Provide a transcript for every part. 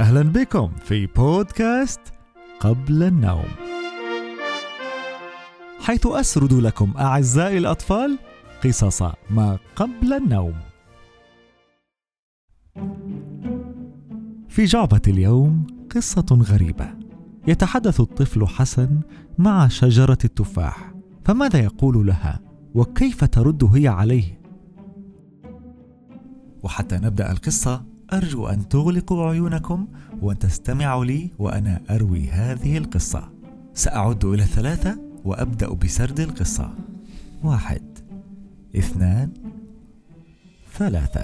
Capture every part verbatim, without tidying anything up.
أهلا بكم في بودكاست قبل النوم، حيث أسرد لكم أعزائي الأطفال قصص ما قبل النوم. في جعبة اليوم قصة غريبة. يتحدث الطفل حسن مع شجرة التفاح، فماذا يقول لها وكيف ترد هي عليه؟ وحتى نبدأ القصة أرجو أن تغلقوا عيونكم وأن تستمعوا لي وأنا أروي هذه القصة. سأعد إلى ثلاثة وأبدأ بسرد القصة. واحد، اثنان، ثلاثة.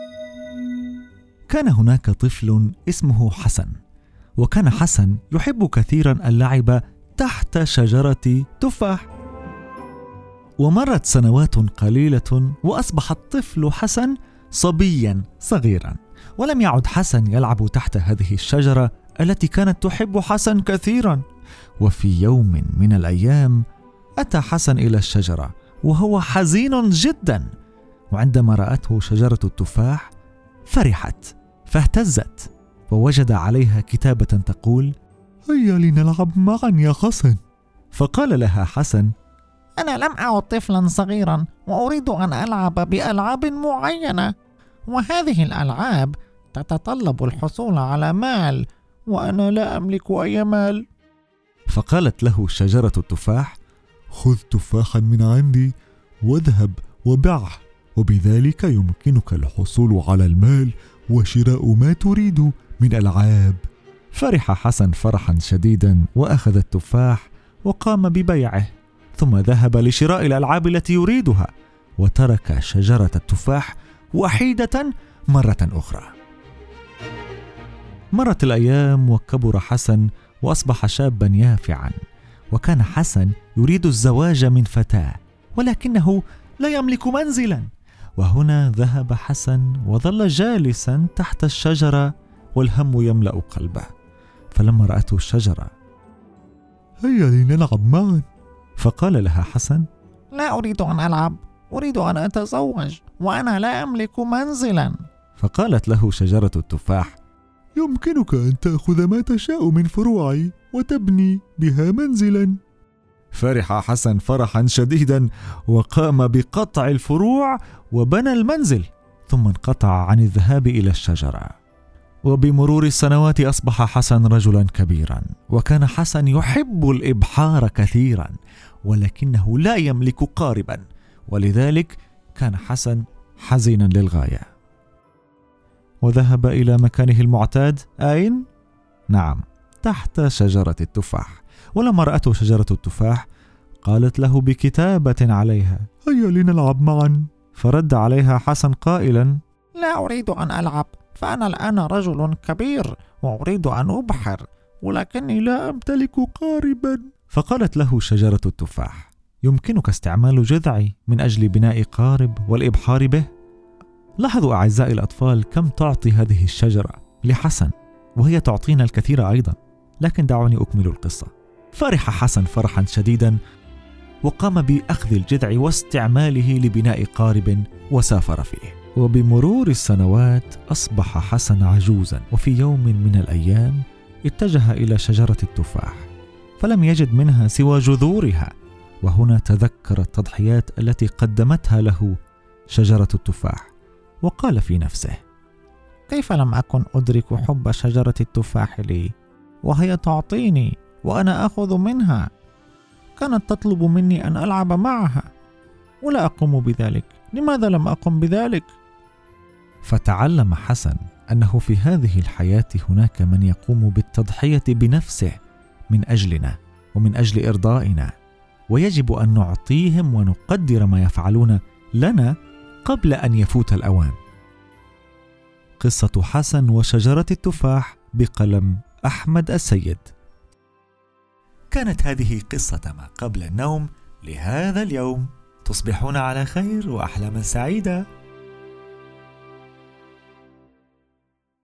كان هناك طفل اسمه حسن، وكان حسن يحب كثيرا اللعب تحت شجرة تفاح. ومرت سنوات قليلة وأصبح الطفل حسن صبيا صغيرا، ولم يعد حسن يلعب تحت هذه الشجرة التي كانت تحب حسن كثيرا. وفي يوم من الأيام أتى حسن إلى الشجرة وهو حزين جدا، وعندما رأته شجرة التفاح فرحت فاهتزت، ووجد عليها كتابة تقول: هيا لنلعب معا يا حسن. فقال لها حسن: أنا لم أعد طفلا صغيرا وأريد أن ألعب بألعاب معينة، وهذه الألعاب تتطلب الحصول على مال، وأنا لا أملك أي مال. فقالت له شجرة التفاح: خذ تفاحا من عندي واذهب وبعه، وبذلك يمكنك الحصول على المال وشراء ما تريد من ألعاب. فرح حسن فرحا شديدا وأخذ التفاح وقام ببيعه، ثم ذهب لشراء الألعاب التي يريدها، وترك شجرة التفاح وحيدة مرة أخرى. مرت الأيام وكبر حسن وأصبح شابا يافعا، وكان حسن يريد الزواج من فتاة، ولكنه لا يملك منزلا. وهنا ذهب حسن وظل جالسا تحت الشجرة والهم يملأ قلبه. فلما رأته الشجرة: هيا لنلعب معا. فقال لها حسن: لا أريد أن ألعب، أريد أن أتزوج وأنا لا أملك منزلا. فقالت له شجرة التفاح: يمكنك أن تأخذ ما تشاء من فروعي وتبني بها منزلا. فرح حسن فرحا شديدا وقام بقطع الفروع وبنى المنزل، ثم انقطع عن الذهاب إلى الشجرة. وبمرور السنوات أصبح حسن رجلا كبيرا، وكان حسن يحب الإبحار كثيرا، ولكنه لا يملك قاربا، ولذلك كان حسن حزينا للغاية. وذهب إلى مكانه المعتاد. أين؟ نعم، تحت شجرة التفاح. ولما رأته شجرة التفاح قالت له بكتابة عليها: هيا لنلعب معا. فرد عليها حسن قائلا: لا أريد أن ألعب، فأنا الآن رجل كبير وأريد أن أبحر، ولكني لا أمتلك قاربا. فقالت له شجرة التفاح: يمكنك استعمال جذعي من أجل بناء قارب والإبحار به. لاحظوا أعزائي الأطفال كم تعطي هذه الشجرة لحسن، وهي تعطينا الكثير أيضا. لكن دعوني أكمل القصة. فرح حسن فرحا شديدا وقام بأخذ الجذع واستعماله لبناء قارب وسافر فيه. وبمرور السنوات أصبح حسن عجوزا، وفي يوم من الأيام اتجه إلى شجرة التفاح فلم يجد منها سوى جذورها. وهنا تذكر التضحيات التي قدمتها له شجرة التفاح، وقال في نفسه: كيف لم أكن أدرك حب شجرة التفاح لي، وهي تعطيني وأنا أخذ منها؟ كانت تطلب مني أن ألعب معها ولا أقوم بذلك، لماذا لم أقم بذلك؟ فتعلم حسن أنه في هذه الحياة هناك من يقوم بالتضحية بنفسه من أجلنا ومن أجل إرضائنا، ويجب أن نعطيهم ونقدر ما يفعلون لنا قبل أن يفوت الأوان. قصة حسن وشجرة التفاح بقلم أحمد السيد. كانت هذه قصة ما قبل النوم لهذا اليوم. تصبحون على خير وأحلاما سعيدة.